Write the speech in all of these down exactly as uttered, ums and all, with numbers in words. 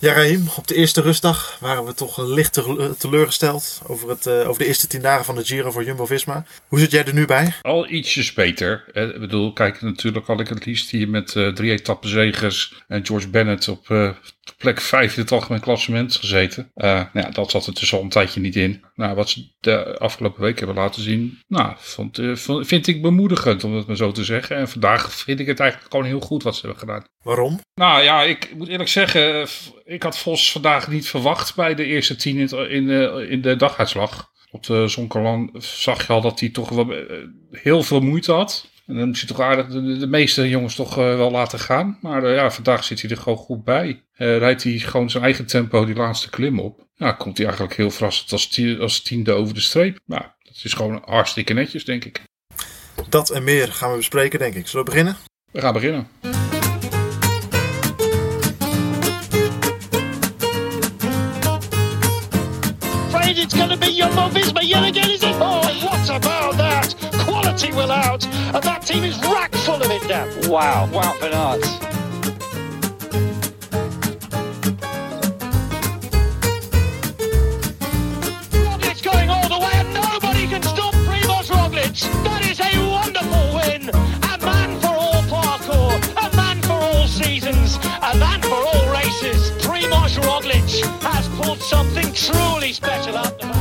Ja, Raheem, op de eerste rustdag waren we toch licht teleurgesteld over, het, uh, over de eerste tien dagen van de Giro voor Jumbo-Visma. Hoe zit jij er nu bij? Al ietsjes beter. Ik bedoel, kijk, natuurlijk had ik het liefst hier met uh, drie etappenzegers en George Bennett op uh, plek vijf in het algemeen klassement gezeten. Uh, nou ja, dat zat er dus al een tijdje niet in. Nou, wat ze de afgelopen week hebben laten zien, nou, vond, uh, vond, vind ik bemoedigend, om het maar zo te zeggen. En vandaag vind ik het eigenlijk gewoon heel goed wat ze hebben gedaan. Waarom? Nou ja, ik moet eerlijk zeggen, ik had Vos vandaag niet verwacht bij de eerste tien in, in, de, in de daguitslag. Op de Zoncolan zag je al dat hij toch wel heel veel moeite had. En dan moest hij toch aardig de, de meeste jongens toch uh, wel laten gaan. Maar uh, ja, vandaag zit hij er gewoon goed bij. Uh, rijdt hij gewoon zijn eigen tempo die laatste klim op. Ja, komt hij eigenlijk heel verrassend als, tie, als tiende over de streep. Nou, dat is gewoon hartstikke netjes, denk ik. Dat en meer gaan we bespreken, denk ik. Zullen we beginnen? We gaan beginnen. It's going to be Jumbo-Visma yet again, is it? Oh, what about that? Quality will out, and that team is rack full of it now. Wow, wow, Bernard. Roglic going all the way, and nobody can stop Primož Roglic. That is a wonderful win. A man for all parkour, a man for all seasons, a man for all races. Primož Roglic has pulled something truly special out the back.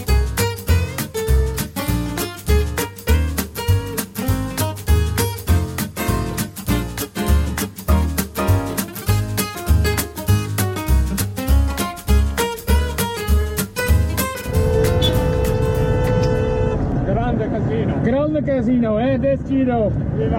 Grande casino. Grande casino, hè? Dit Giro.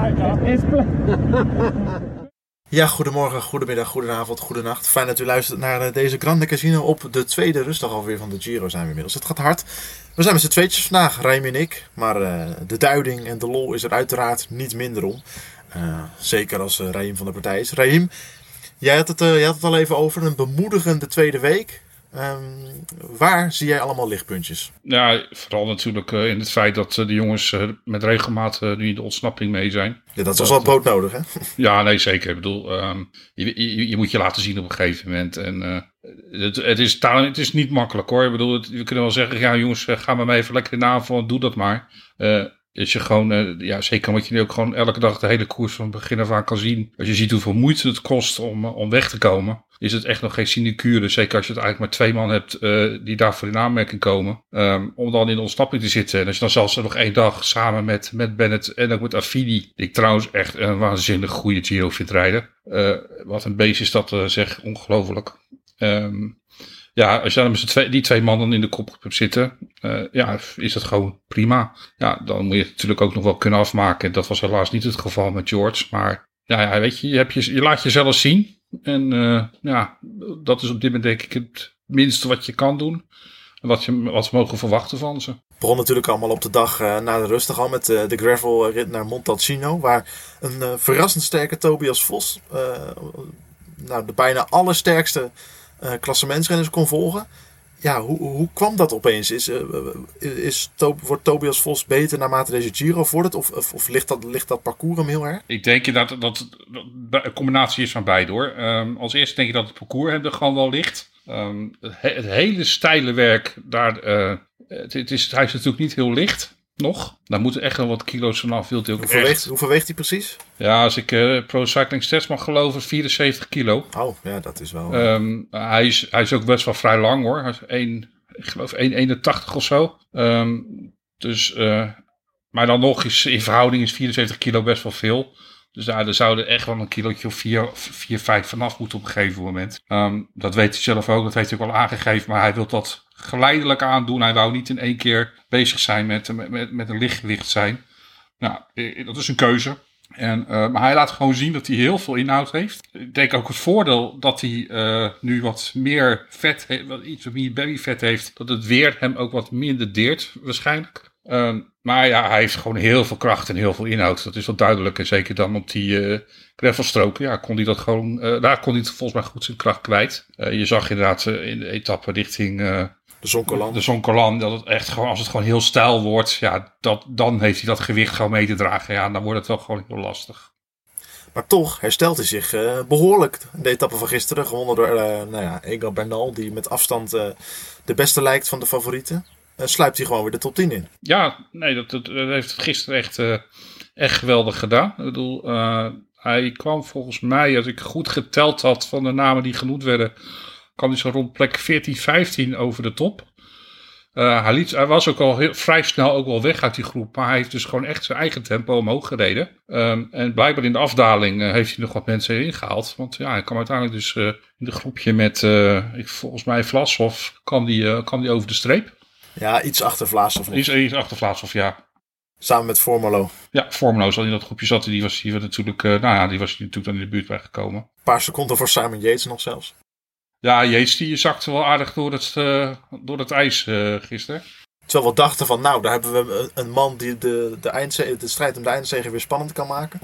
Ja, goedemorgen, goedemiddag, goedenavond, goedenacht. Fijn dat u luistert naar deze Grande Casino op de tweede rustdag alweer van de Giro zijn we inmiddels. Het gaat hard. We zijn met z'n tweetjes vandaag, Raheem en ik. Maar uh, de duiding en de lol is er uiteraard niet minder om. Uh, zeker als uh, Raheem van de partij is. Raheem, jij had, het, uh, jij had het al even over een bemoedigende tweede week. Um, waar zie jij allemaal lichtpuntjes? Ja, vooral natuurlijk uh, in het feit dat uh, de jongens uh, met regelmaat uh, nu in de ontsnapping mee zijn. Ja, dat was wel brood nodig, hè? Ja, nee, zeker. Ik bedoel, um, je, je, je moet je laten zien op een gegeven moment. En uh, het, het, is, het is niet makkelijk, hoor. Ik bedoel, het, we kunnen wel zeggen, ja jongens, uh, ga maar mee even lekker in de avond, doe dat maar. Uh, Als je gewoon, uh, ja, zeker omdat je nu ook gewoon elke dag de hele koers van begin af aan kan zien. Als je ziet hoeveel moeite het kost om, uh, om weg te komen, is het echt nog geen sinecure. Zeker als je het eigenlijk maar twee man hebt uh, die daarvoor in aanmerking komen. Um, om dan in de ontsnapping te zitten. En als je dan zelfs nog één dag samen met, met Bennett en ook met Affini, die ik trouwens echt een waanzinnig goede Giro vind rijden. Uh, wat een beest is dat, uh, zeg, ongelooflijk. Um, Ja, als je dan met twee, die twee mannen in de kopgroep hebt zitten, uh, ja, is dat gewoon prima. Ja, dan moet je het natuurlijk ook nog wel kunnen afmaken. Dat was helaas niet het geval met George. Maar ja, ja weet je, je, hebt je, je laat jezelf zien. En uh, ja, dat is op dit moment denk ik het minste wat je kan doen. En wat, je, wat we mogen verwachten van ze. Het begon natuurlijk allemaal op de dag uh, na de rustdag al met uh, de gravelrit naar Montalcino. Waar een uh, verrassend sterke Tobias Vos uh, nou, de bijna allersterkste Uh, klassementsrenners kon volgen. Ja, hoe, hoe kwam dat opeens? Is, uh, is to- wordt Tobias Vos beter naarmate deze Giro vordert? Of, of, of ligt, dat, ligt dat parcours hem heel erg? Ik denk dat dat, dat een combinatie is van beide, hoor. Um, als eerste denk ik dat het parcours hem er gewoon wel ligt. Um, het, he- het hele steile werk, daar, uh, het, het is, hij is natuurlijk niet heel licht. Nog. Daar moeten echt wel wat kilo's vanaf. Hoeveel, echt... weegt, hoeveel weegt hij precies? Ja, als ik uh, Pro Cycling Stats mag geloven, vierenzeventig kilo. Oh, ja, dat is wel... Um, hij, is, hij is ook best wel vrij lang, hoor. Hij is één, ik geloof één komma eenentachtig of zo. Um, dus, uh, maar dan nog is in verhouding is vierenzeventig kilo best wel veel. Dus daar, er zouden echt wel een kilootje of vier, vier, vijf vanaf moeten op een gegeven moment. Um, dat weet hij zelf ook, dat heeft hij ook wel aangegeven. Maar hij wil dat geleidelijk aandoen. Hij wou niet in één keer bezig zijn met, met, met, met een lichtgewicht zijn. Nou, dat is een keuze. En, uh, maar hij laat gewoon zien dat hij heel veel inhoud heeft. Ik denk ook het voordeel dat hij uh, nu wat meer vet heeft, wat iets meer babyvet heeft. Dat het weer hem ook wat minder deert waarschijnlijk. Uh, maar ja, hij heeft gewoon heel veel kracht en heel veel inhoud. Dat is wel duidelijk. En zeker dan op die uh, gravelstroken, ja, kon hij dat gewoon, uh, daar kon hij volgens mij goed zijn kracht kwijt. Uh, je zag inderdaad uh, in de etappe richting Uh, De Zoncolan. De Zoncolan, dat het echt gewoon, als het gewoon heel stijl wordt, ja, dat, dan heeft hij dat gewicht gewoon mee te dragen. Ja, dan wordt het wel gewoon heel lastig. Maar toch herstelt hij zich uh, behoorlijk. De etappe van gisteren, gewonnen door uh, nou ja, Egan Bernal, die met afstand uh, de beste lijkt van de favorieten. Uh, sluipt hij gewoon weer de top tien in. Ja, nee, dat, dat, dat heeft het gisteren echt, uh, echt geweldig gedaan. Ik bedoel, uh, hij kwam volgens mij, als ik goed geteld had van de namen die genoemd werden, kwam hij zo rond plek veertien, vijftien over de top. Uh, hij, liet, hij was ook al heel, vrij snel ook wel weg uit die groep. Maar hij heeft dus gewoon echt zijn eigen tempo omhoog gereden. Um, en blijkbaar in de afdaling uh, heeft hij nog wat mensen ingehaald. Want ja, hij kwam uiteindelijk dus uh, in de groepje met, uh, ik, volgens mij Vlasov, kwam die, uh, kwam die over de streep. Ja, iets achter Vlasov. Iets, iets achter Vlasov, ja. Samen met Formolo. Ja, Formolo zat in dat groepje zat. Die was hier natuurlijk, uh, nou ja, die was hier natuurlijk dan in de buurt bij gekomen. Een paar seconden voor Simon Yates nog zelfs. Ja, Yates die zakte wel aardig door het, uh, door het ijs uh, gisteren. Terwijl we dachten van, nou, daar hebben we een man die de, de, eindzege, de strijd om de eindzege weer spannend kan maken.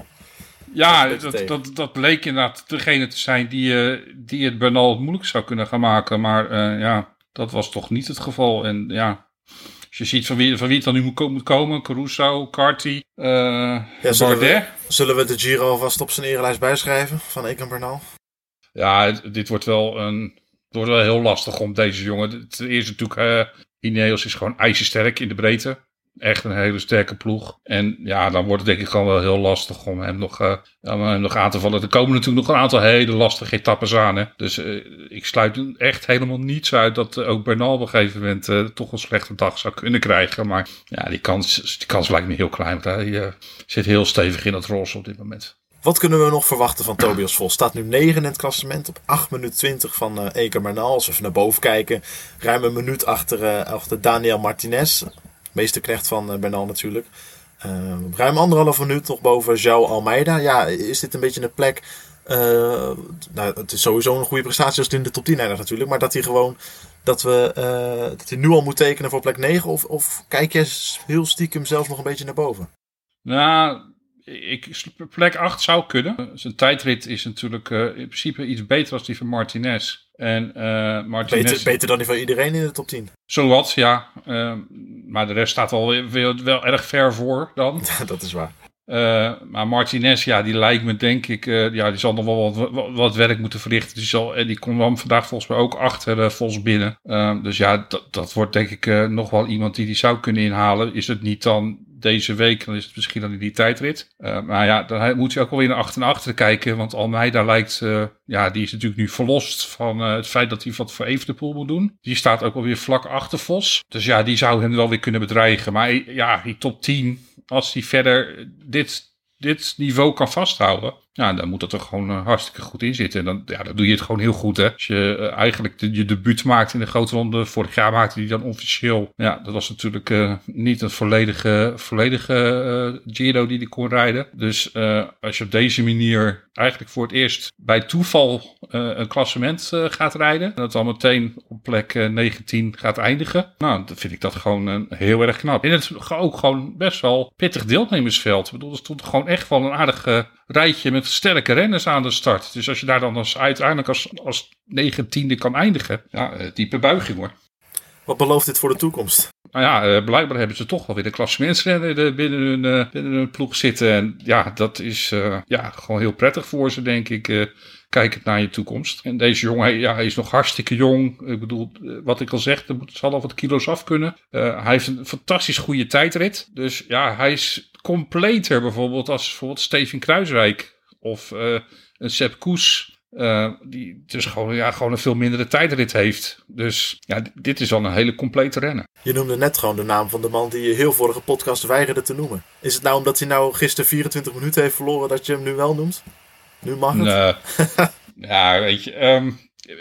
Ja, dat, dat, dat, dat bleek inderdaad degene te zijn die, uh, die het Bernal moeilijk zou kunnen gaan maken. Maar uh, ja, dat was toch niet het geval. En ja, als je ziet van wie, van wie het dan nu moet, moet komen, Caruso, Carty, uh, ja, zullen Bardet. We, zullen we de Giro alvast op zijn erelijst bijschrijven van Egan Bernal? Ja, het, dit wordt wel een, het wordt wel heel lastig om deze jongen. Ten eerste natuurlijk, uh, Ineos is gewoon ijzersterk in de breedte. Echt een hele sterke ploeg. En ja, dan wordt het denk ik gewoon wel heel lastig om hem nog, uh, om hem nog aan te vallen. Er komen natuurlijk nog een aantal hele lastige etappes aan. Hè? Dus uh, ik sluit echt helemaal niets uit dat uh, ook Bernal op een gegeven moment uh, toch een slechte dag zou kunnen krijgen. Maar ja, die kans, die kans lijkt me heel klein. Want hij uh, zit heel stevig in het roze op dit moment. Wat kunnen we nog verwachten van Tobias Vos? Staat nu negen in het klassement op acht minuten twintig van uh, Egan Bernal. Als we even naar boven kijken, ruim een minuut achter, uh, achter Daniel Martinez. Meesterknecht van uh, Bernal natuurlijk. Uh, ruim anderhalf minuut nog boven João Almeida. Ja, is dit een beetje een plek... Uh, nou, het is sowieso een goede prestatie als het in de top tien eindigt natuurlijk. Maar dat hij gewoon... Dat, we, uh, dat hij nu al moet tekenen voor plek negen? Of, of kijk je heel stiekem zelfs nog een beetje naar boven? Nou... Ik, plek acht zou kunnen. Zijn tijdrit is natuurlijk uh, in principe iets beter dan die van Martinez. En, uh, Martinez beter, beter dan die van iedereen in de top tien. Zowat, ja. Uh, maar de rest staat wel, wel, wel erg ver voor dan. Dat is waar. Uh, maar Martinez, ja, die lijkt me denk ik... Uh, ja, die zal nog wel wat, wat, wat werk moeten verrichten. Die, zal, en die komt dan vandaag volgens mij ook achter uh, Vos binnen. Uh, dus ja, dat, dat wordt denk ik uh, nog wel iemand die die zou kunnen inhalen. Is het niet dan... Deze week, dan is het misschien dan in die tijdrit. Uh, maar ja, dan moet je ook wel weer naar achter en achter kijken. Want Almeida lijkt, uh, ja, die is natuurlijk nu verlost van uh, het feit dat hij wat voor Evenepoel moet doen. Die staat ook wel weer vlak achter Vos. Dus ja, die zou hem wel weer kunnen bedreigen. Maar ja, die top tien, als hij verder dit, dit niveau kan vasthouden, ja, dan moet dat er gewoon uh, hartstikke goed in zitten. En dan, ja, dan doe je het gewoon heel goed, hè. Als je uh, eigenlijk de, je debuut maakt in de grote ronde, vorig jaar maakte hij dan officieel. Ja, dat was natuurlijk uh, niet een volledige, volledige uh, Giro die hij kon rijden. Dus uh, als je op deze manier eigenlijk voor het eerst bij toeval uh, een klassement uh, gaat rijden, en dat dan meteen op plek uh, negentien gaat eindigen, nou, dan vind ik dat gewoon uh, heel erg knap. En het is ook gewoon best wel pittig deelnemersveld. Ik bedoel, er stond gewoon echt wel een aardige rijtje met sterke renners aan de start. Dus als je daar dan als, uiteindelijk als, als negentiende kan eindigen, ja, diepe buiging hoor. Wat belooft dit voor de toekomst? Nou ja, uh, blijkbaar hebben ze toch wel weer de klassementsrenner binnen hun, uh, binnen hun ploeg zitten. En ja, dat is uh, ja, gewoon heel prettig voor ze, denk ik. Uh, kijkend naar je toekomst. En deze jongen, ja, hij is nog hartstikke jong. Ik bedoel, wat ik al zeg, er zal al wat kilo's af kunnen. Uh, hij heeft een fantastisch goede tijdrit. Dus ja, hij is completer bijvoorbeeld als bijvoorbeeld Steven Kruijswijk of uh, een Sepp Kuss. Uh, die dus gewoon, ja, gewoon een veel mindere tijdrit heeft. Dus ja, d- dit is wel een hele complete renner. Je noemde net gewoon de naam van de man die je heel vorige podcast weigerde te noemen. Is het nou omdat hij nou gisteren vierentwintig minuten heeft verloren dat je hem nu wel noemt? Nu mag het. Nee. Ja, weet je, um,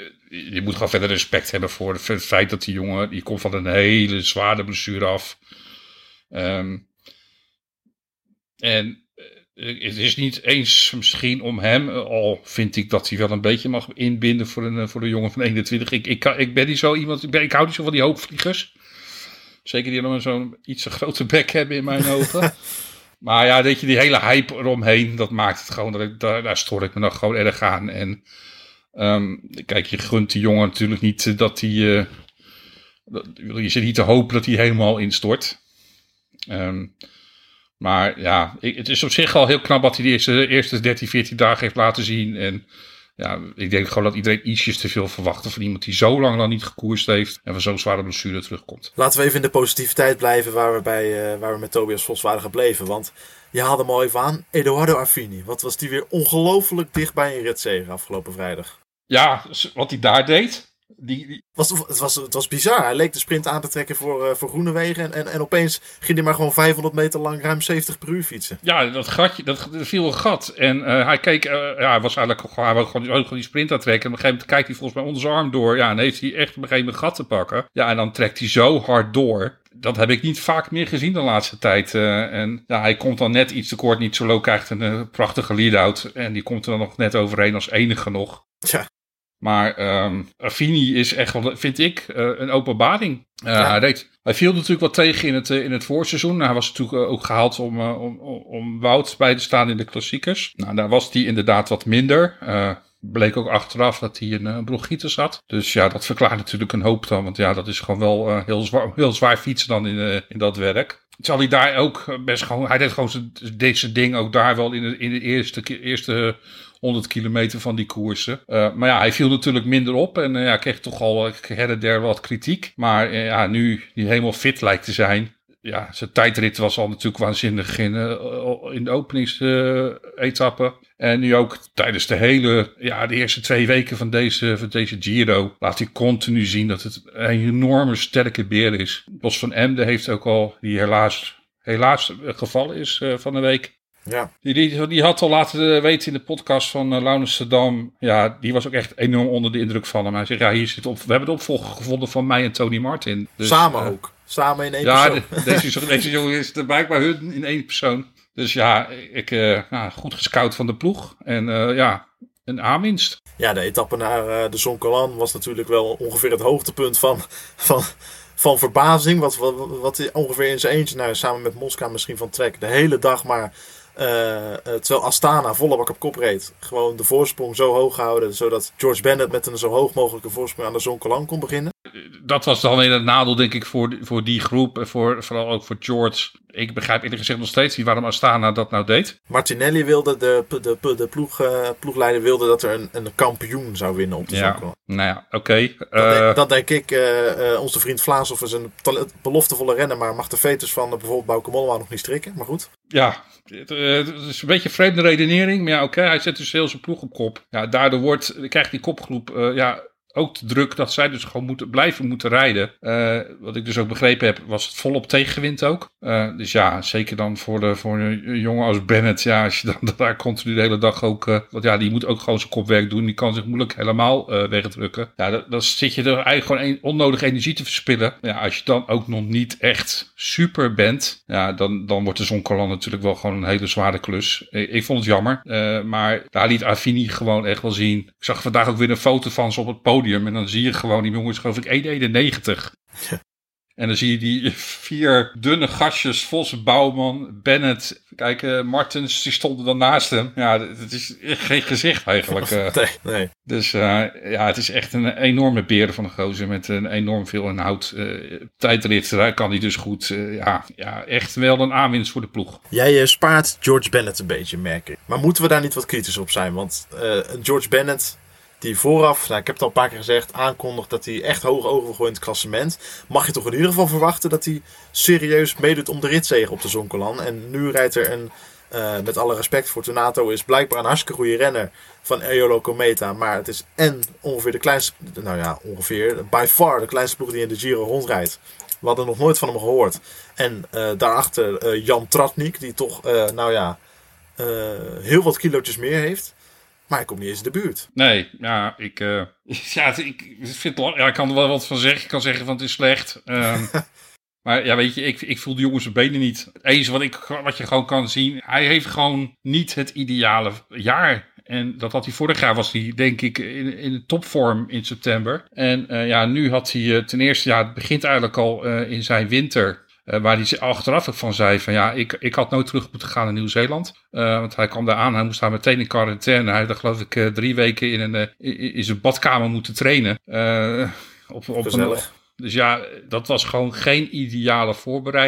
je moet gewoon verder respect hebben voor het feit dat die jongen, die komt van een hele zware blessure af. Um, en het is niet eens misschien om hem, al vind ik dat hij wel een beetje mag inbinden voor een, voor een jongen van eenentwintig. Ik, ik, ik ben niet zo iemand, ik, ben, ik hou niet zo van die hoopvliegers. Zeker die dan zo'n iets te grote bek hebben in mijn ogen. Maar ja, weet je, die hele hype eromheen, dat maakt het gewoon, dat ik, daar, daar stoor ik me nog gewoon erg aan. En um, kijk, je gunt die jongen natuurlijk niet dat hij, uh, dat, je zit niet te hopen dat hij helemaal instort. Um, Maar ja, ik, het is op zich al heel knap wat hij de eerste, eerste dertien, veertien dagen heeft laten zien. En ja, ik denk gewoon dat iedereen ietsjes te veel verwachtte van iemand die zo lang dan niet gekoerst heeft en van zo'n zware blessure terugkomt. Laten we even in de positiviteit blijven waar we, bij, uh, waar we met Tobias Vos waren gebleven. Want je haalde hem al even aan. Edoardo Affini. Wat was die weer ongelooflijk dicht bij een ritzege afgelopen vrijdag. Ja, wat hij daar deed. Die, die... Was, het, was, het was bizar. Hij leek de sprint aan te trekken voor, uh, voor Groenewegen. En, en, en opeens ging hij maar gewoon vijfhonderd meter lang ruim zeventig per uur fietsen. Ja, dat gatje, dat, dat viel een gat. En uh, hij keek, uh, ja, hij was eigenlijk hij wou gewoon, gewoon die sprint aan trekken. En op een gegeven moment kijkt hij volgens mij onder zijn arm door. Ja, en heeft hij echt op een gegeven moment gat te pakken. Ja, en dan trekt hij zo hard door. Dat heb ik niet vaak meer gezien de laatste tijd. Uh, en ja, hij komt dan net iets te kort. Niet zo low, krijgt een uh, prachtige lead-out. En die komt er dan nog net overheen als enige nog. Ja. Maar um, Affini is echt wel, vind ik, uh, een openbaring. Uh, ja. hij, deed, hij viel natuurlijk wat tegen in het, uh, in het voorseizoen. Hij was natuurlijk uh, ook gehaald om, uh, om, om Wout bij te staan in de klassiekers. Nou, daar was hij inderdaad wat minder. Uh, bleek ook achteraf dat hij een uh, bronchitis had. Dus ja, dat verklaart natuurlijk een hoop dan. Want ja, dat is gewoon wel uh, heel, zwaar, heel zwaar fietsen dan in, uh, in dat werk. Terwijl hij daar ook best gewoon, hij deed gewoon zijn, deze ding ook daar wel in de, in de eerste, eerste honderd kilometer van die koersen. Uh, maar ja, hij viel natuurlijk minder op en uh, ja, kreeg toch al her en der wat kritiek. Maar uh, ja, nu hij helemaal fit lijkt te zijn. Ja, zijn tijdrit was al natuurlijk waanzinnig in, uh, in de openingsetappe. Uh, en nu ook tijdens de hele, ja, de eerste twee weken van deze, van deze Giro laat hij continu zien dat het een enorme sterke beer is. Bos van Emden heeft ook al, die helaas, helaas gevallen is uh, van de week. Ja. Die, die, die had al laten weten in de podcast van uh, Laurens Sedam. Ja, die was ook echt enorm onder de indruk van hem. Hij zegt, ja, hier zit op, we hebben de opvolger gevonden van mij en Tony Martin. Dus, Samen uh, ook. Samen in één ja, persoon. Ja, de, deze, deze jongen is er blijkbaar hun in één persoon. Dus ja, ik, uh, ja goed gescout van de ploeg. En uh, ja, een aanwinst. Ja, de etappe naar uh, de Zoncolan was natuurlijk wel ongeveer het hoogtepunt van... van Van verbazing, wat, wat, wat hij ongeveer in zijn eentje, nou, samen met Moskou misschien van trek, de hele dag maar, uh, uh, terwijl Astana volle bak op kop reed, gewoon de voorsprong zo hoog houden, zodat George Bennett met een zo hoog mogelijke voorsprong aan de Zoncolan kon beginnen. Dat was dan weer het nadeel, denk ik, voor, voor die groep, en voor, vooral ook voor George. Ik begrijp eerlijk gezegd nog steeds niet waarom Astana dat nou deed. Martinelli wilde, de, de, de, de ploeg, uh, ploegleider wilde dat er een, een kampioen zou winnen op de ja, Zoncolan. Nou ja, oké. Okay. Dat, uh, denk, dat denk ik, uh, uh, onze vriend Vlaashoff is een talent, beloftevolle renner, maar mag de veters van uh, bijvoorbeeld Bauke Mollema nog niet strikken, maar goed. Ja, het, uh, het is een beetje een vreemde redenering, maar ja, oké, okay, hij zet dus heel zijn ploeg op kop. Ja, daardoor wordt, krijgt die kopgroep, uh, ja... ook de druk dat zij dus gewoon moeten blijven moeten rijden. Uh, wat ik dus ook begrepen heb, was het volop tegenwind ook. Uh, dus ja, zeker dan voor, de, voor een jongen als Bennett. Ja, als je dan daar continu de hele dag ook... Uh, want ja, die moet ook gewoon zijn kopwerk doen. Die kan zich moeilijk helemaal uh, wegdrukken. Ja, dan, dan zit je er eigenlijk gewoon een, onnodig energie te verspillen. Ja, als je dan ook nog niet echt super bent... Ja, dan, dan wordt de Zoncolan natuurlijk wel gewoon een hele zware klus. Ik, ik vond het jammer. Uh, maar daar liet Affini gewoon echt wel zien. Ik zag vandaag ook weer een foto van ze op het podium. En dan zie je gewoon, die jongens geloof ik één komma eenennegentig. Ja. En dan zie je die vier dunne gastjes, Vos, Bouwman, Bennett. Kijk, uh, Martens, die stonden dan naast hem. Ja, het is geen gezicht eigenlijk. Uh. Nee, nee. Dus uh, ja, het is echt een enorme beer van een gozer met een enorm veel inhoud. Uh, tijdrit, daar kan hij dus goed. Uh, ja, ja, echt wel een aanwinst voor de ploeg. Jij uh, spaart George Bennett een beetje, merk ik. Maar moeten we daar niet wat kritisch op zijn? Want uh, George Bennett... die vooraf, nou, ik heb het al een paar keer gezegd, aankondigt dat hij echt hoog ogen wil gooien in het klassement. Mag je toch in ieder geval verwachten dat hij serieus meedoet om de ritzege op de Zoncolan. En nu rijdt er een, uh, met alle respect voor Tornato, is blijkbaar een hartstikke goede renner van Eolo Cometa. Maar het is en ongeveer de kleinste, nou ja, ongeveer, by far de kleinste ploeg die in de Giro rondrijdt. We hadden nog nooit van hem gehoord. En uh, daarachter uh, Jan Tratnik, die toch, uh, nou ja, uh, heel wat kilootjes meer heeft. Maar hij komt niet eens in de buurt. Nee, ja, ik, uh, ja, ik vind ja, ik kan er wel wat van zeggen. Ik kan zeggen van het is slecht. Um, maar ja, weet je, ik, ik voel de jongens zijn benen niet. Het enige wat, ik, wat je gewoon kan zien, hij heeft gewoon niet het ideale jaar. En dat had hij vorig jaar, was hij denk ik in, in topvorm in september. En uh, ja, nu had hij uh, ten eerste, ja, het begint eigenlijk al uh, in zijn winter... Uh, waar hij achteraf ook van zei van ja, ik, ik had nooit terug moeten gaan naar Nieuw-Zeeland. Uh, want hij kwam daar aan, hij moest daar meteen in quarantaine. Hij had geloof ik uh, drie weken in, een, uh, in, in zijn badkamer moeten trainen. Uh, op, op een, dus ja, dat was gewoon geen ideale voorbereiding.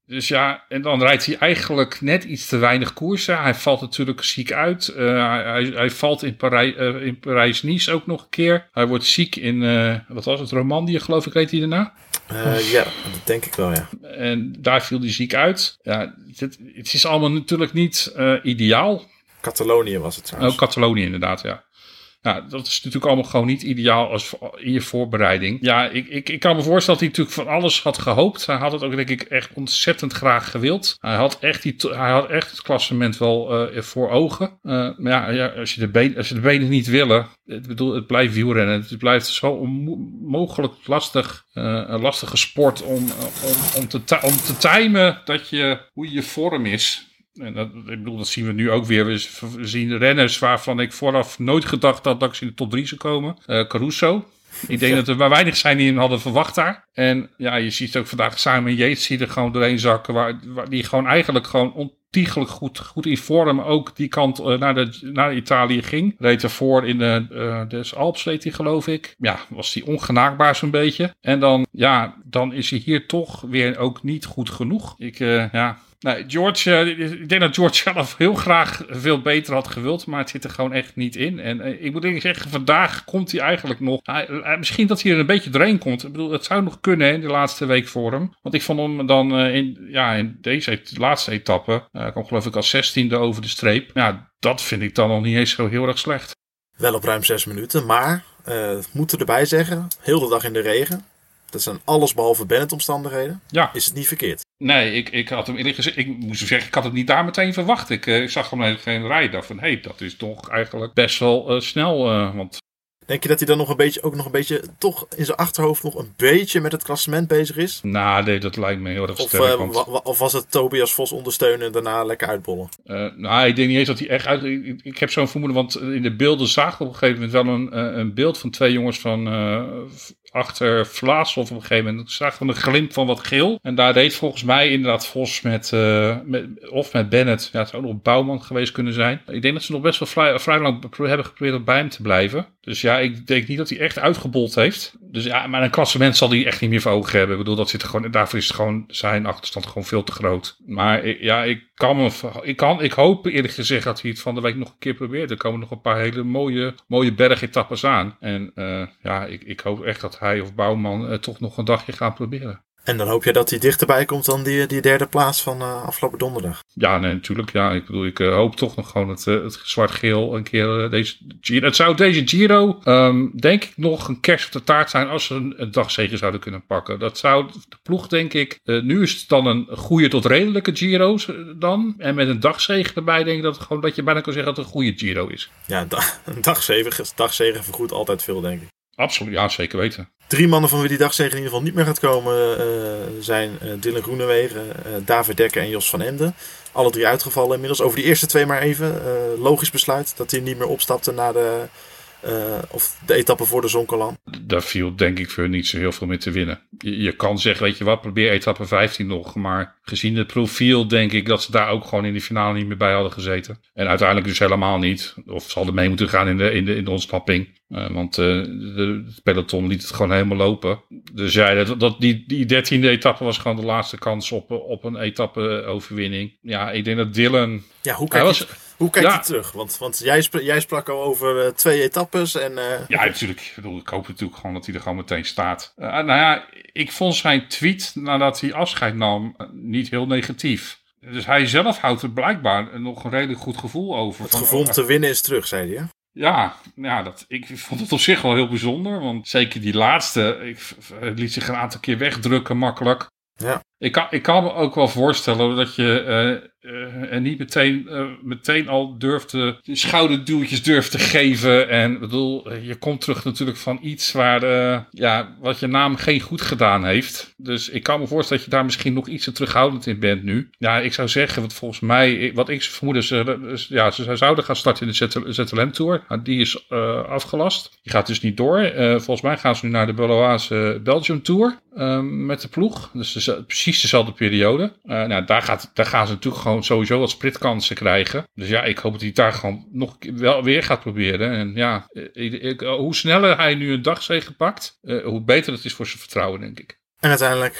Dus ja, en dan rijdt hij eigenlijk net iets te weinig koersen. Hij valt natuurlijk ziek uit. Uh, hij, hij valt in, Parij, uh, in Parijs-Nice ook nog een keer. Hij wordt ziek in, uh, wat was het, Romandie geloof ik, reed hij daarna? Uh, ja, dat denk ik wel, ja. En daar viel hij ziek uit. Ja, het, het is allemaal natuurlijk niet uh, ideaal. Catalonië was het trouwens. Oh, Catalonië inderdaad, ja. Ja, dat is natuurlijk allemaal gewoon niet ideaal als in je voorbereiding. Ja, ik, ik, ik kan me voorstellen dat hij natuurlijk van alles had gehoopt. Hij had het ook, denk ik, echt ontzettend graag gewild. Hij had echt, die, hij had echt het klassement wel uh, voor ogen. Uh, maar ja, ja als, je de been, als je de benen niet willen... Ik bedoel, het blijft wielrennen. Het blijft zo onmogelijk lastig, uh, een lastige sport om, om, om, te, om te timen dat je, hoe je vorm is... En dat, ik bedoel, dat zien we nu ook weer. We zien renners waarvan ik vooraf nooit gedacht had dat ze in de top drie zou komen. Uh, Caruso. Ik denk ja. dat er maar weinig zijn die hem hadden verwacht daar. En ja, je ziet ook vandaag Simon Yates die er gewoon doorheen zakken. Waar, waar die gewoon eigenlijk gewoon ontiegelijk goed, goed in vorm ook die kant uh, naar, de, naar Italië ging. Reed daarvoor in de, uh, de Alps, reed hij geloof ik. Ja, was hij ongenaakbaar zo'n beetje. En dan, ja, dan is hij hier toch weer ook niet goed genoeg. Ik, uh, ja... Nee, George, uh, ik denk dat George zelf heel graag veel beter had gewild, maar het zit er gewoon echt niet in. En uh, ik moet denk zeggen, vandaag komt hij eigenlijk nog... Uh, uh, misschien dat hij er een beetje doorheen komt. Ik bedoel, het zou nog kunnen hè, in de laatste week voor hem. Want ik vond hem dan uh, in, ja, in deze laatste etappe, uh, kwam geloof ik als zestiende over de streep. Ja, dat vind ik dan nog niet eens zo heel erg slecht. Wel op ruim zes minuten, maar uh, moeten erbij zeggen, heel de dag in de regen. Dat zijn alles behalve Bennett-omstandigheden. Ja. Is het niet verkeerd? Nee, ik, ik had hem eerlijk gezegd, ik moest zeggen, ik had het niet daar meteen verwacht. Ik, uh, ik zag hem helemaal geen rijden. Ik dacht van, hé, hey, dat is toch eigenlijk best wel uh, snel. Uh, want... Denk je dat hij dan nog een beetje, ook nog een beetje, toch in zijn achterhoofd nog een beetje met het klassement bezig is? Nou, nee, dat lijkt me heel erg of, sterk. Uh, want... wa- wa- of was het Tobias Vos ondersteunen en daarna lekker uitbollen? Uh, nou, ik denk niet eens dat hij echt uit... Ik, ik heb zo'n vermoeden, want in de beelden zagen we op een gegeven moment wel een, een beeld van twee jongens van... Uh, achter Vlaas of op een gegeven moment zagen we een glimp van wat geel. En daar reed volgens mij inderdaad Vos met, uh, met of met Bennett. Ja, het zou ook nog Bouwman geweest kunnen zijn. Ik denk dat ze nog best wel vrij, vrij lang hebben geprobeerd om bij hem te blijven. Dus ja, ik denk niet dat hij echt uitgebold heeft. Dus ja, maar een klassement zal hij echt niet meer voor ogen hebben. Ik bedoel, dat zit er gewoon, daarvoor is het gewoon zijn achterstand gewoon veel te groot. Maar ik, ja, ik kan me, ik kan, ik hoop eerlijk gezegd dat hij het van de week nog een keer probeert. Er komen nog een paar hele mooie, mooie bergetappes aan. En uh, ja, ik, ik hoop echt dat hij of Bouwman uh, toch nog een dagje gaan proberen. En dan hoop je dat hij dichterbij komt dan die, die derde plaats van uh, afgelopen donderdag. Ja, nee, natuurlijk. Ja, ik bedoel, ik uh, hoop toch nog gewoon het, uh, het zwart-geel een keer uh, deze Giro. Het zou deze Giro, um, denk ik, nog een kerst op de taart zijn als ze een, een dagzege zouden kunnen pakken. Dat zou de ploeg, denk ik. Uh, nu is het dan een goede tot redelijke Giro's uh, dan. En met een dagzege erbij denk ik dat, gewoon, dat je bijna kan zeggen dat het een goede Giro is. Ja, da- een dagzege, dagzege vergoedt altijd veel, denk ik. Absoluut, ja, zeker weten. Drie mannen van wie die dagzege in ieder geval niet meer gaat komen uh, zijn uh, Dylan Groenewegen, uh, David Dekker en Jos van Emden. Alle drie uitgevallen inmiddels. Over die eerste twee maar even. Uh, logisch besluit dat hij niet meer opstapte naar de, uh, of de etappe voor de Zoncolan. Daar viel denk ik voor niet zo heel veel meer te winnen. Je, je kan zeggen, weet je wat, probeer etappe vijftien nog. Maar gezien het profiel denk ik dat ze daar ook gewoon in de finale niet meer bij hadden gezeten. En uiteindelijk dus helemaal niet. Of ze hadden mee moeten gaan in de, in de, in de ontsnapping. Uh, want uh, de, het peloton liet het gewoon helemaal lopen. Dus ja, dat, dat, die, die dertiende etappe was gewoon de laatste kans op, op een etappe overwinning. Ja, ik denk dat Dylan... Ja, hoe kijkt hij, was, hoe kijkt ja, hij terug? Want, want jij, sp- jij sprak al over uh, twee etappes en... Uh... Ja, natuurlijk. Ik, bedoel, ik hoop natuurlijk gewoon dat hij er gewoon meteen staat. Uh, nou ja, ik vond zijn tweet nadat hij afscheid nam uh, niet heel negatief. Dus hij zelf houdt er blijkbaar nog een redelijk goed gevoel over. Het van, gevoel om te winnen is terug, zei hij, hè? Ja, ja dat, ik vond het op zich wel heel bijzonder. Want zeker die laatste, ik, het liet zich een aantal keer wegdrukken makkelijk. Ja. Ik kan, ik kan me ook wel voorstellen dat je uh, uh, en niet meteen, uh, meteen al durft te, schouderduwtjes durft te geven. En bedoel, je komt terug natuurlijk van iets waar, uh, ja, wat je naam geen goed gedaan heeft. Dus ik kan me voorstellen dat je daar misschien nog iets te terughoudend in bent nu. Ja, ik zou zeggen, want volgens mij, wat ik vermoed is, ja, ze zouden gaan starten in de Z L M Tour. Die is uh, afgelast. Die gaat dus niet door. Uh, volgens mij gaan ze nu naar de Baloise Belgium Tour uh, met de ploeg. Dus de, precies dezelfde periode. Uh, nou, daar, gaat, daar gaan ze natuurlijk gewoon sowieso wat sprintkansen krijgen. Dus ja, ik hoop dat hij daar gewoon nog wel weer gaat proberen. En ja, ik, ik, hoe sneller hij nu een dagzege pakt, uh, hoe beter het is voor zijn vertrouwen, denk ik. En uiteindelijk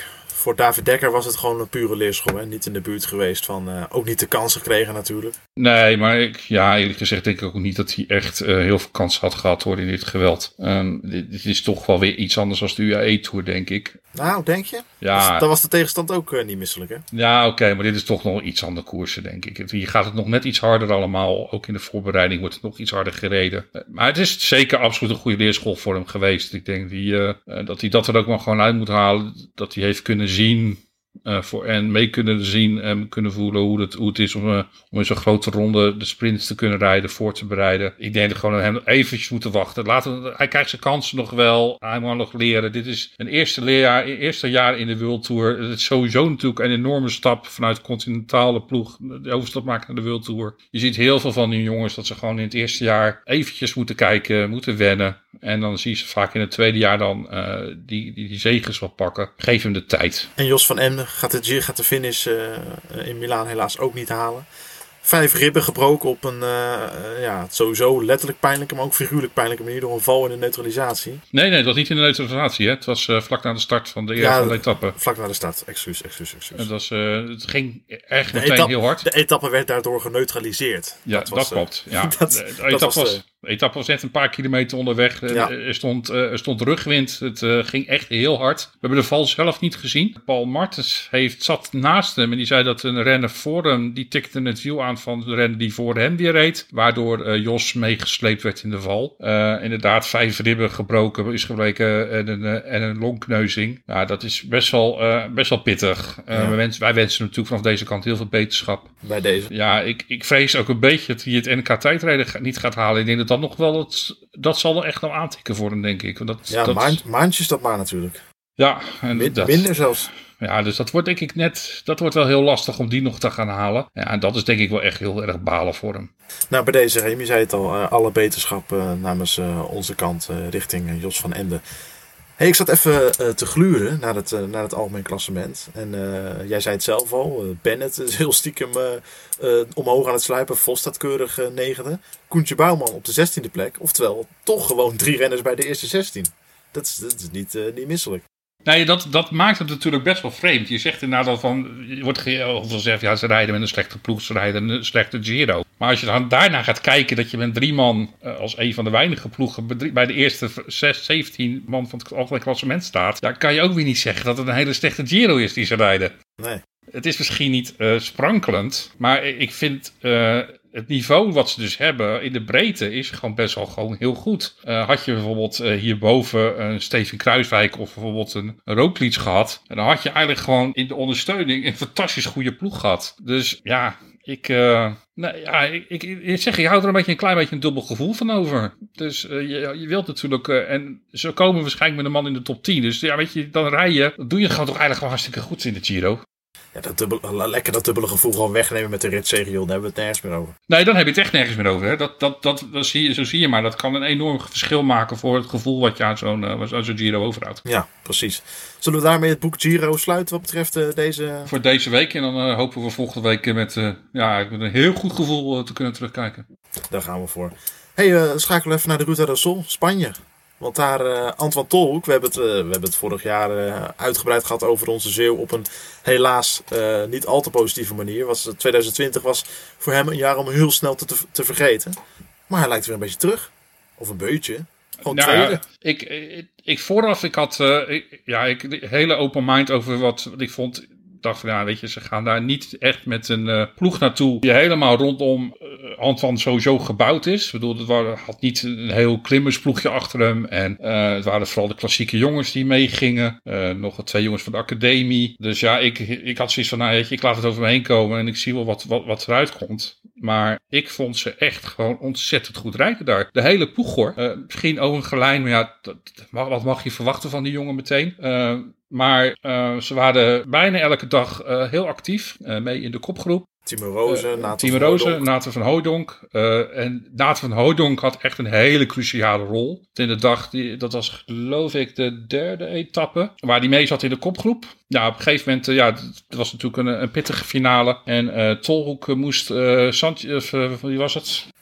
voor David Dekker was het gewoon een pure leerschool. Hè? Niet in de buurt geweest van, uh, ook niet de kans gekregen natuurlijk. Nee, maar ik, ja, eerlijk gezegd denk ik ook niet dat hij echt uh, heel veel kans had gehad hoor in dit geweld. Um, dit, dit is toch wel weer iets anders dan de U A E-tour, denk ik. Nou, denk je? Ja. Dat, dat was de tegenstand ook uh, niet misselijk, hè? Ja, oké, okay, maar dit is toch nog iets andere koersen, denk ik. Hier gaat het nog net iets harder allemaal. Ook in de voorbereiding wordt het nog iets harder gereden. Maar het is zeker absoluut een goede leerschool voor hem geweest. Ik denk die, uh, dat hij dat er ook wel gewoon uit moet halen. Dat hij heeft kunnen zien... Uh, voor, en mee kunnen zien en kunnen voelen hoe het, hoe het is om, uh, om in zo'n grote ronde de sprints te kunnen rijden, voor te bereiden. Ik denk dat gewoon hem eventjes moeten wachten. Laten, hij krijgt zijn kansen nog wel. Hij moet nog leren. Dit is een eerste leerjaar, eerste jaar in de World Tour. Het is sowieso natuurlijk een enorme stap vanuit de continentale ploeg. De overstap maken naar de World Tour. Je ziet heel veel van die jongens dat ze gewoon in het eerste jaar eventjes moeten kijken, moeten wennen. En dan zie je ze vaak in het tweede jaar dan uh, die, die, die zeges wel pakken. Geef hem de tijd. En Jos van Emden gaat de, gaat de finish uh, in Milaan helaas ook niet halen. Vijf ribben gebroken op een uh, uh, ja, sowieso letterlijk pijnlijke, maar ook figuurlijk pijnlijke manier door een val in de neutralisatie. Nee, nee, het was niet in de neutralisatie. Hè? Het was uh, vlak na de start van de eerste ja, etappe. Vlak na de start, excuus, excuus, excuus. Het, was, uh, het ging echt de meteen etap, heel hard. De etappe werd daardoor geneutraliseerd. Ja, dat, was, dat klopt. Ja. dat, de, de, etappe was, de... de etappe was net een paar kilometer onderweg. Ja. Er, stond, uh, er stond rugwind. Het uh, ging echt heel hard. We hebben de val zelf niet gezien. Paul Martens heeft, zat naast hem en die zei dat een renner voor hem, die tikte het wiel aan van de renner die voor hem weer reed. Waardoor uh, Jos meegesleept werd in de val. Uh, inderdaad, vijf ribben gebroken is gebleken en een, uh, en een longkneuzing. Nou, dat is best wel, uh, best wel pittig. Uh, ja. wij, wensen, wij wensen natuurlijk vanaf deze kant heel veel beterschap. Bij deze. Ja, ik, ik vrees ook een beetje dat hij het N K tijdrijden niet gaat halen. Ik denk dat dat nog wel, het, dat zal er echt wel aantikken voor hem, denk ik. Want dat, ja, dat, maand, maandjes dat maar natuurlijk. Ja, en Min, dat, minder zelfs. Ja, dus dat wordt denk ik net, dat wordt wel heel lastig om die nog te gaan halen. Ja, en dat is denk ik wel echt heel erg balen voor hem. Nou, bij deze, Remy zei het al, uh, alle beterschap uh, namens uh, onze kant uh, richting uh, Jos van Emden. Hey, ik zat even uh, te gluren naar het, uh, naar het algemeen klassement. En uh, jij zei het zelf al, uh, Bennett is heel stiekem uh, uh, omhoog aan het sluipen. Vos staat keurig uh, negende. Koentje Bouwman op de zestiende plek. Oftewel, toch gewoon drie renners bij de eerste zestien. Dat is, dat is niet, uh, niet misselijk. Nee, dat, dat maakt het natuurlijk best wel vreemd. Je zegt inderdaad al van, je wordt heel veel gezegd, ja, ze rijden met een slechte ploeg, ze rijden een slechte Giro. Maar als je dan daarna gaat kijken dat je met drie man uh, als een van de weinige ploegen bij de eerste zes, zeventien man van het algemeen klassement staat, dan kan je ook weer niet zeggen dat het een hele slechte Giro is die ze rijden. Nee. Het is misschien niet uh, sprankelend, maar ik vind uh, het niveau wat ze dus hebben in de breedte is gewoon best wel gewoon heel goed. Uh, had je bijvoorbeeld uh, hierboven een Steven Kruiswijk of bijvoorbeeld een Roglic gehad, en dan had je eigenlijk gewoon in de ondersteuning een fantastisch goede ploeg gehad. Dus ja, ik, uh, nou, ja, ik, ik, ik zeg, je houdt er een beetje een klein beetje een dubbel gevoel van over. Dus uh, je, je wilt natuurlijk, uh, en ze komen waarschijnlijk met een man in de top tien. Dus ja, weet je, dan rij je, dan doe je gewoon toch eigenlijk gewoon hartstikke goed in de Giro. Ja, dat dubbele, lekker dat dubbele gevoel gewoon wegnemen met de ritzege, joh. Daar hebben we het nergens meer over. Nee, dan heb je het echt nergens meer over. Hè. Dat, dat, dat, dat zie je, zo zie je maar. Dat kan een enorm verschil maken voor het gevoel wat je aan zo'n, uh, aan zo'n Giro overhoudt. Ja, precies. Zullen we daarmee het boek Giro sluiten wat betreft uh, deze... Voor deze week. En dan uh, hopen we volgende week met, uh, ja, met een heel goed gevoel uh, te kunnen terugkijken. Daar gaan we voor. Hey, uh, schakelen even naar de Ruta del Sol, Spanje. Want daar, uh, Antoine Tolhoek, we hebben het, uh, we hebben het vorig jaar uh, uitgebreid gehad over onze Zeeuw op een helaas uh, niet al te positieve manier. Was, twintig twintig was voor hem een jaar om heel snel te, te, te vergeten. Maar hij lijkt weer een beetje terug. Of een beutje. Gewoon nou, tweede. Ja, ik, ik, ik vooraf, ik had uh, ik, ja, ik, hele open mind over wat, wat ik vond... Ik dacht van, ja, weet je, ze gaan daar niet echt met een uh, ploeg naartoe die helemaal rondom uh, Antoine sowieso gebouwd is. Ik bedoel, het waren, had niet een heel klimmersploegje achter hem. En uh, het waren vooral de klassieke jongens die meegingen. Uh, nog twee jongens van de academie. Dus ja, ik, ik had zoiets van, nou, weet je, ik laat het over me heen komen en ik zie wel wat, wat, wat eruit komt. Maar ik vond ze echt gewoon ontzettend goed rijden daar. De hele ploeg hoor. Uh, misschien Owen Gelijn, maar ja, dat, wat mag je verwachten van die jongen meteen? Uh, Maar uh, ze waren bijna elke dag uh, heel actief, uh, mee in de kopgroep. Timo Rozen, uh, Nathan Timo van Rozen, Nathan van Hooijdonk. Uh, en Nathan van Hooijdonk had echt een hele cruciale rol. In de dag, die, dat was geloof ik de derde etappe, waar hij mee zat in de kopgroep. Ja, op een gegeven moment, uh, ja, het was natuurlijk een, een pittige finale. En uh, Tolhoek moest, uh, Sant, uh, wie was het?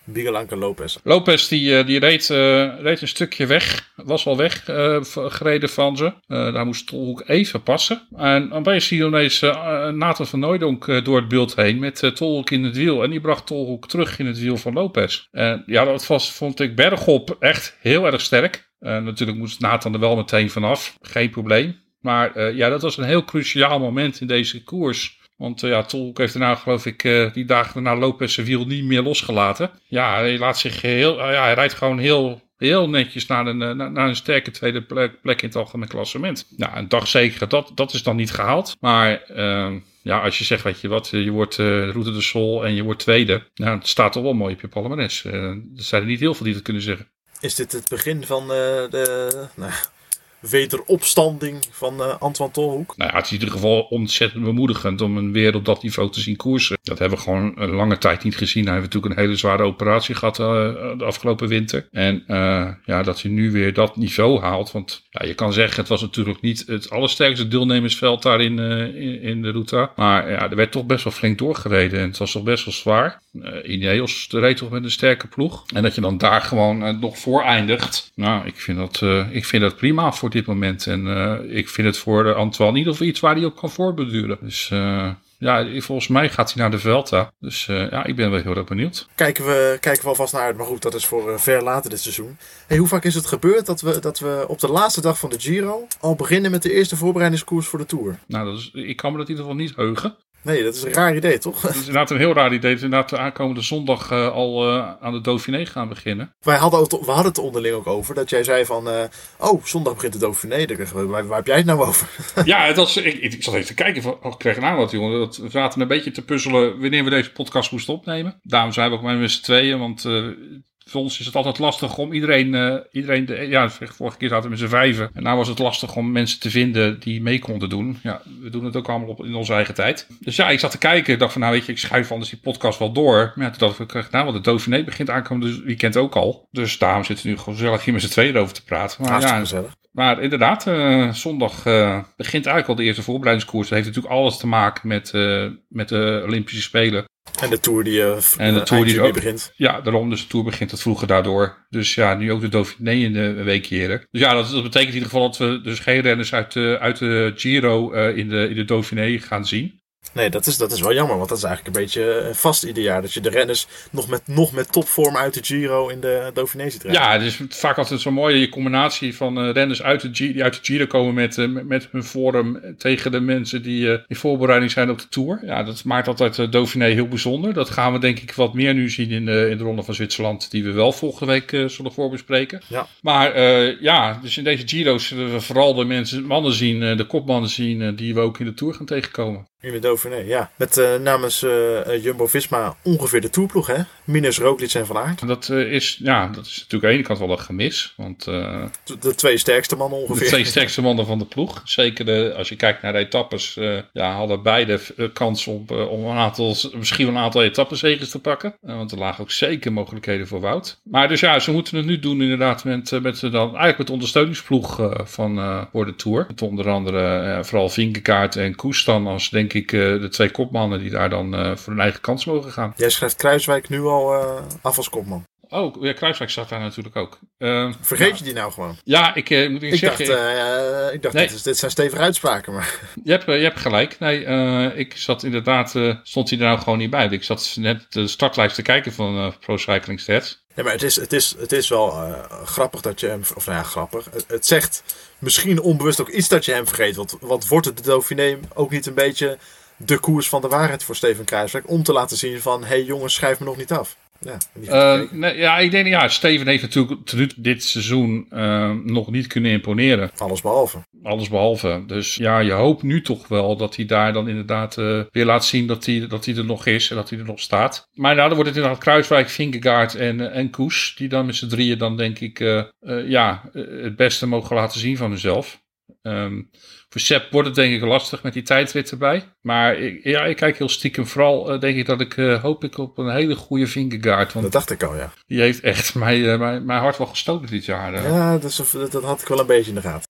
Miguel Lopez. Lopez die, uh, die reed, uh, reed een stukje weg. Was al weg uh, gereden van ze. Uh, daar moest Tolhoek even passen. En opeens zie je ineens uh, Nathan van Nooijdonk uh, door het beeld heen met uh, Tolhoek in het wiel. En die bracht Tolhoek terug in het wiel van Lopez. En ja, dat was, vond ik bergop echt heel erg sterk. Uh, natuurlijk moest Nathan er wel meteen vanaf. Geen probleem. Maar uh, ja, dat was een heel cruciaal moment in deze koers. Want uh, ja, Tolhoek heeft daarna, geloof ik, uh, die dagen daarna Lopez zijn wiel niet meer losgelaten. Ja, hij laat zich heel, uh, ja, hij rijdt gewoon heel, heel netjes naar een, uh, naar een sterke tweede plek, plek in het algemeen klassement. Nou, een dag zeker, dat, dat is dan niet gehaald. Maar uh, ja, als je zegt, weet je wat, je wordt uh, Route de Sol en je wordt tweede. Nou, het staat toch wel mooi op je palmares. Uh, er zijn er niet heel veel die dat kunnen zeggen. Is dit het begin van uh, de... Nou... wederopstanding van uh, Antoine Tolhoek? Nou ja, het is in ieder geval ontzettend bemoedigend om hem weer op dat niveau te zien koersen. Dat hebben we gewoon een lange tijd niet gezien. Hij heeft natuurlijk een hele zware operatie gehad uh, de afgelopen winter. En uh, ja, dat hij nu weer dat niveau haalt. Want ja, je kan zeggen, het was natuurlijk niet het allersterkste deelnemersveld daar in, uh, in, in de Ruta. Maar ja, er werd toch best wel flink doorgereden. En het was toch best wel zwaar. Uh, Ineos reed toch met een sterke ploeg. En dat je dan daar gewoon uh, nog voor eindigt. Nou, ik vind dat, uh, ik vind dat prima voor dit moment. En uh, ik vind het voor uh, Antoine niet of iets waar hij op kan voorbeduren. Dus uh, ja, volgens mij gaat hij naar de Vuelta. Dus uh, ja, ik ben wel heel erg benieuwd. Kijken we, kijken we alvast naar uit. Maar goed, dat is voor uh, ver later dit seizoen. Hey, hoe vaak is het gebeurd dat we, dat we op de laatste dag van de Giro al beginnen met de eerste voorbereidingskoers voor de Tour? Nou, dat is, ik kan me dat in ieder geval niet heugen. Nee, dat is een raar idee, toch? Het is inderdaad een heel raar idee. Het is inderdaad de aankomende zondag uh, al uh, aan de Dauphiné gaan beginnen. Wij hadden, ook, we hadden het er onderling ook over. Dat jij zei van, uh, oh, zondag begint de Dauphiné. Waar, waar heb jij het nou over? Ja, het was, ik, ik zat even te kijken. Van, oh, ik kreeg een aanbod, jongen. Dat, we zaten een beetje te puzzelen wanneer we deze podcast moesten opnemen. Daarom zijn we ook maar met z'n tweeën, want... Uh, Voor ons is het altijd lastig om iedereen, uh, iedereen de, ja, vorige keer zaten we met z'n vijven. En nou was het lastig om mensen te vinden die mee konden doen. Ja, we doen het ook allemaal op, in onze eigen tijd. Dus ja, ik zat te kijken. Ik dacht van, nou weet je, ik schuif anders die podcast wel door. Maar ja, toen dacht ik, nou, want de Dauphiné begint aankomende weekend ook al. Dus daarom zitten we nu gewoon gezellig hier met z'n tweeën over te praten. Maar ja, gezellig. Maar inderdaad, uh, zondag uh, begint eigenlijk al de eerste voorbereidingskoers. Dat heeft natuurlijk alles te maken met, uh, met de Olympische Spelen. En de Tour die, uh, en de tour die ook, begint. Ja, daarom. Dus de Tour begint het vroeger daardoor. Dus ja, nu ook de Dauphiné in de week heren. Dus ja, dat, dat betekent in ieder geval dat we dus geen renners uit de, uit de Giro uh, in, de, in de Dauphiné gaan zien. Nee, dat is, dat is wel jammer, want dat is eigenlijk een beetje vast ieder jaar. Dat je de renners nog met, nog met topvorm uit de Giro in de Dauphiné ziet rijden. Ja, het is vaak altijd zo'n mooie combinatie van uh, renners uit de, G, die uit de Giro komen met, uh, met, met hun vorm tegen de mensen die uh, in voorbereiding zijn op de Tour. Ja, dat maakt altijd de Dauphiné heel bijzonder. Dat gaan we denk ik wat meer nu zien in de, in de Ronde van Zwitserland, die we wel volgende week uh, zullen voorbespreken. Ja. Maar uh, ja, dus in deze Giro's zullen we vooral de mensen, mannen zien, uh, de kopmannen zien, uh, die we ook in de Tour gaan tegenkomen. In de Dauphiné, ja. Met uh, namens uh, Jumbo-Visma ongeveer de toerploeg, hè? Minus Roglic en Van Aert. Dat, uh, is, ja, dat is natuurlijk aan de ene kant wel een gemis. Want, uh, de, de twee sterkste mannen ongeveer. De twee sterkste mannen van de ploeg. Zeker de, als je kijkt naar de etappes. Uh, ja, hadden beide uh, kans om, uh, om een aantal, misschien wel een aantal etappenzegers te pakken. Uh, want er lagen ook zeker mogelijkheden voor Wout. Maar dus ja, ze moeten het nu doen inderdaad met, uh, met uh, dan eigenlijk met de ondersteuningsploeg uh, van, uh, voor de Tour. Met onder andere uh, vooral Vingegaard en Koes dan als denk ik uh, de twee kopmannen die daar dan uh, voor hun eigen kans mogen gaan. Jij schrijft Kruiswijk nu al uh, af als kopman. Oh, ja, Kruiswijk staat daar natuurlijk ook. Uh, Vergeet nou, je die nou gewoon? Ja, ik uh, moet ik, ik zeggen... Dacht, uh, ik dacht, nee. dit, is, dit zijn stevige uitspraken, maar... Je hebt, uh, je hebt gelijk. Nee, uh, ik zat inderdaad... Uh, stond hij er nou gewoon niet bij. Ik zat net de startlijst te kijken van uh, Pro Cycling Stats. Ja, maar het is, het is, het is wel uh, grappig dat je hem... Of nou ja, grappig. Het, het zegt misschien onbewust ook iets dat je hem vergeet. Want wat wordt het de Dauphiné ook niet een beetje... de koers van de waarheid voor Steven Kruiswijk... om te laten zien van... hé hey jongens, schrijf me nog niet af. Ja, uh, nee, ja, ik denk ja, Steven heeft natuurlijk dit seizoen uh, nog niet kunnen imponeren. Alles behalve. Alles behalve. Dus ja, je hoopt nu toch wel dat hij daar dan inderdaad uh, weer laat zien dat hij, dat hij er nog is en dat hij er nog staat. Maar nou, dan wordt het inderdaad Kruiswijk, Vingegaard en, uh, en Koes. Die dan met z'n drieën dan denk ik uh, uh, ja, uh, het beste mogen laten zien van hunzelf. Um, voor Sepp wordt het denk ik lastig met die tijdrit erbij. Maar ik, ja, ik kijk heel stiekem vooral, uh, denk ik dat ik uh, hoop ik op een hele goede Vingegaard. Want dat dacht ik al, ja. Die heeft echt mijn, uh, mijn, mijn hart wel gestoken dit jaar. Uh. Ja, dat, is, dat had ik wel een beetje in de gaten.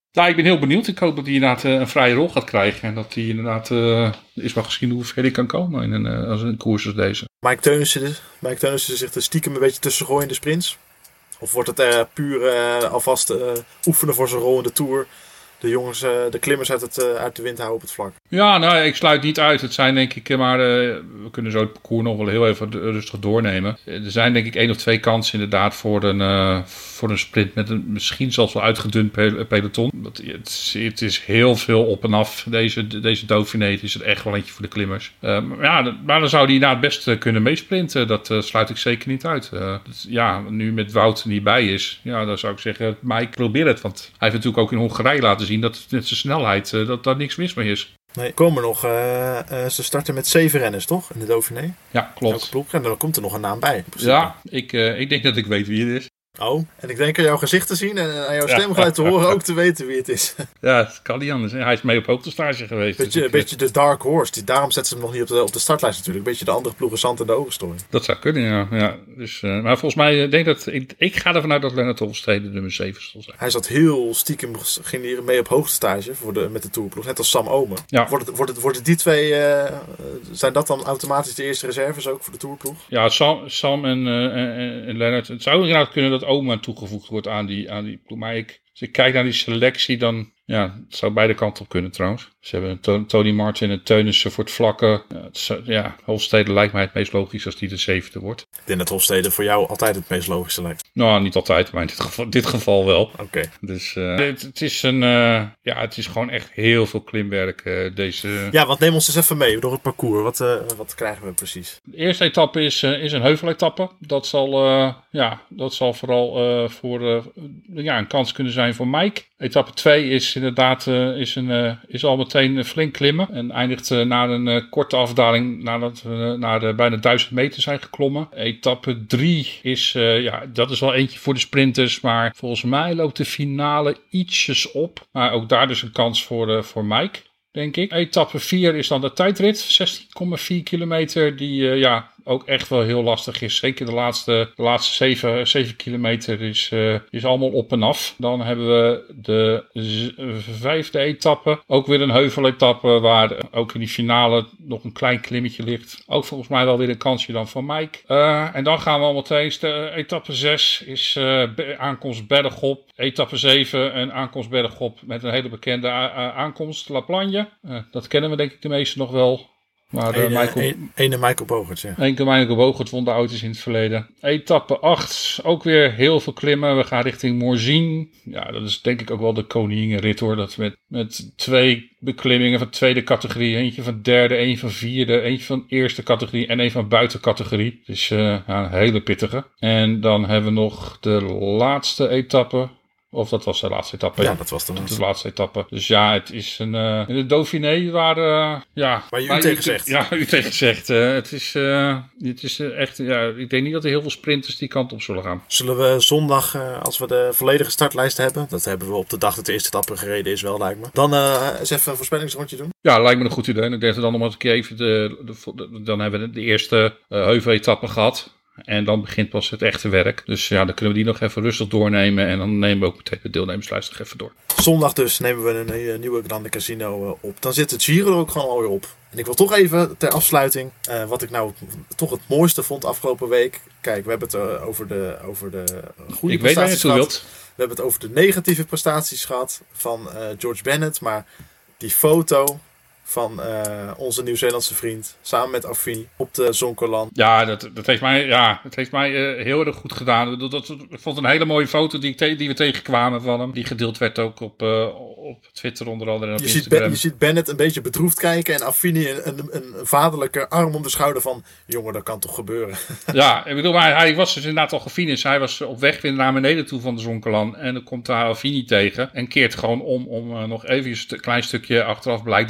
Nou, ik ben heel benieuwd. Ik hoop dat hij inderdaad uh, een vrije rol gaat krijgen. En dat hij inderdaad uh, is wel gezien hoe ver hij kan komen in een, uh, als een koers als deze. Mike Teunissen, Mike Teunissen zich er stiekem een beetje tussen gooien in de sprints? Of wordt het uh, puur uh, alvast uh, oefenen voor zijn rol in de Tour? De jongens, uh, de klimmers uit, het, uh, uit de wind houden op het vlak. Ja, nou, ik sluit niet uit. Het zijn denk ik, maar uh, we kunnen zo het parcours nog wel heel even rustig doornemen. Er zijn denk ik één of twee kansen inderdaad voor een, uh, voor een sprint met een misschien zelfs wel uitgedund peloton. Het is, het is heel veel op en af. Deze, deze Dauphiné is er echt wel eentje voor de klimmers. Uh, maar, ja, maar dan zou die inderdaad best kunnen meesprinten. Dat uh, sluit ik zeker niet uit. Uh, dus, ja, nu met Wout er niet bij is, ja, dan zou ik zeggen, Mike, probeer het. Want hij heeft natuurlijk ook in Hongarije laten zien dat met zijn snelheid uh, dat daar niks mis mee is. Nee, komen nog, uh, uh, ze starten met zeven renners, toch? In de Dauphiné. Ja, klopt. En dan komt er nog een naam bij. Ja, ik, uh, ik denk dat ik weet wie het is. Oh, en ik denk aan jouw gezicht te zien en aan jouw stemgeluid te horen ook te weten wie het is. Ja, het kan niet anders. Hij is mee op hoogtestage geweest. Beetje, dus ik, beetje de dark horse. Die, daarom zetten ze hem nog niet op de, op de startlijst natuurlijk. Beetje de andere ploegen zand in de ogen storen. Dat zou kunnen, ja. ja. Dus, uh, maar volgens mij denk ik dat... Ik, ik ga ervan uit dat Lennart Hofstede nummer zeven zal zijn. Hij zat heel stiekem, ging hier mee op hoogtestage voor de, met de Tourploeg. Net als Sam Omen. Ja. Wordt het, wordt het, worden die twee... Uh, zijn dat dan automatisch de eerste reserves ook voor de Tourploeg? Ja, Sam, Sam en, uh, en, en Lennart. Het zou inderdaad kunnen dat Omen toegevoegd wordt aan die, aan die ploeg. Maar ik, als ik kijk naar die selectie, dan... Ja, het zou beide kanten op kunnen trouwens. Ze hebben to- Tony Martin en Teunissen voor het vlakke. Ja, het is, ja, Hofstede lijkt mij het meest logisch als die de zevende wordt. Ik denk dat Hofstede voor jou altijd het meest logische lijkt. Nou, niet altijd, maar in dit geval, dit geval wel. Oké. Okay. Dus uh, het, het is een, uh, ja, het is gewoon echt heel veel klimwerk uh, deze... Ja, want neem ons eens even mee door het parcours. Wat, uh, wat krijgen we precies? De eerste etappe is, uh, is een heuveletappe. Dat zal, uh, ja, dat zal vooral uh, voor uh, ja, een kans kunnen zijn voor Mike. Etappe twee is inderdaad uh, is een, uh, is al meteen uh, flink klimmen. En eindigt uh, na een uh, korte afdaling nadat we uh, naar de bijna duizend meter zijn geklommen. Etappe drie is, uh, ja, dat is wel eentje voor de sprinters. Maar volgens mij loopt de finale ietsjes op. Maar ook daar dus een kans voor, uh, voor Mike, denk ik. Etappe vier is dan de tijdrit. zestien komma vier kilometer. Die uh, ja, ook echt wel heel lastig is. Zeker de laatste, de laatste zeven, zeven kilometer is, uh, is allemaal op en af. Dan hebben we de z- vijfde etappe. Ook weer een heuveletappe waar ook in die finale nog een klein klimmetje ligt. Ook volgens mij wel weer een kansje dan van Mike. Uh, en dan gaan we al meteen. De etappe zes is uh, aankomst Bergop. Etappe zeven een aankomst Bergop met een hele bekende a- aankomst La Plagne. Uh, dat kennen we denk ik de meesten nog wel. Maar uh, ene, Michael... een, ene Michael Bogert, ja. Eén keer Michael Bogert won de auto's in het verleden. Etappe acht, ook weer heel veel klimmen. We gaan richting Morzine. Ja, dat is denk ik ook wel de koningenrit hoor. Dat met, met twee beklimmingen van tweede categorie. Eentje van derde, eentje van vierde, eentje van eerste categorie en een van buitencategorie. Dus uh, ja, een hele pittige. En dan hebben we nog de laatste etappe. Of dat was de laatste etappe. Ja, dat was de laatste. de laatste etappe. Dus ja, het is een... Uh, in de Dauphiné waar... Uh, ja, waar je u tegen zegt. Ja, u tegen zegt. Uh, het is, uh, het is uh, echt... Ja, ik denk niet dat er heel veel sprinters die kant op zullen gaan. Zullen we zondag, uh, als we de volledige startlijst hebben... Dat hebben we op de dag dat de eerste etappe gereden is wel, lijkt me. Dan uh, eens even een voorspellingsrondje doen. Ja, lijkt me een goed idee. En ik denk dat dan nog maar een keer even... De, de, de, dan hebben we de eerste uh, heuveletappe gehad. En dan begint pas het echte werk. Dus ja, dan kunnen we die nog even rustig doornemen. En dan nemen we ook meteen de deelnemerslijst nog even door. Zondag dus nemen we een, een nieuwe Grande Casino op. Dan zit het Giro er ook gewoon alweer op. En ik wil toch even ter afsluiting, uh, wat ik nou toch het mooiste vond afgelopen week. Kijk, we hebben het uh, over de, over de goede ik prestaties weet gehad. We hebben het over de negatieve prestaties gehad van uh, George Bennett. Maar die foto van uh, onze Nieuw-Zeelandse vriend samen met Affini op de Zoncolan. Ja, dat, dat heeft mij, ja, dat heeft mij uh, heel erg goed gedaan. Dat, dat, ik vond een hele mooie foto die, ik te, die we tegenkwamen van hem. Die gedeeld werd ook op, uh, op Twitter onder andere en op je Instagram. Ziet ben, je ziet Bennett een beetje bedroefd kijken en Affini een, een, een vaderlijke arm om de schouder van... Jongen, dat kan toch gebeuren? Ja, ik bedoel, maar hij was dus inderdaad al gefinished. Hij was op weg weer naar beneden toe van de Zoncolan. En dan komt daar Affini tegen en keert gewoon om, om uh, nog even een st- klein stukje achteraf blijkt dat het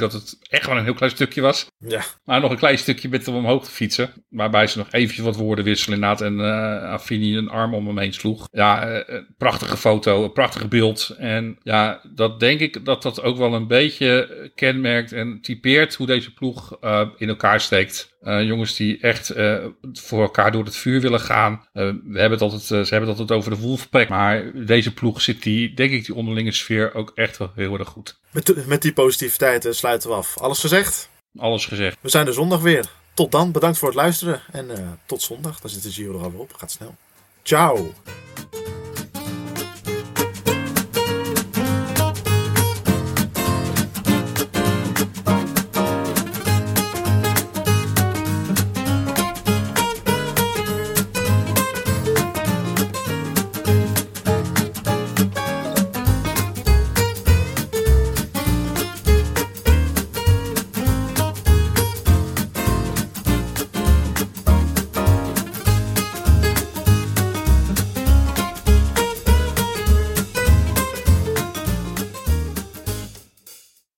echt gewoon een heel klein stukje was. Ja. Maar nog een klein stukje met hem omhoog te fietsen. Waarbij ze nog eventjes wat woorden wisselen inderdaad. En uh, Affini een arm om hem heen sloeg. Ja, uh, een prachtige foto, een prachtig beeld. En ja, dat denk ik dat dat ook wel een beetje kenmerkt en typeert hoe deze ploeg uh, in elkaar steekt. Uh, jongens die echt uh, voor elkaar door het vuur willen gaan. Uh, we hebben het altijd, uh, ze hebben het altijd over de Wolfpack. Maar deze ploeg zit die, denk ik, die onderlinge sfeer ook echt wel heel erg goed. Met, met die positiviteit uh, sluiten we af. Alles gezegd? Alles gezegd. We zijn er zondag weer. Tot dan, bedankt voor het luisteren. En uh, tot zondag, dan zit de Giro er alweer op. Gaat snel. Ciao.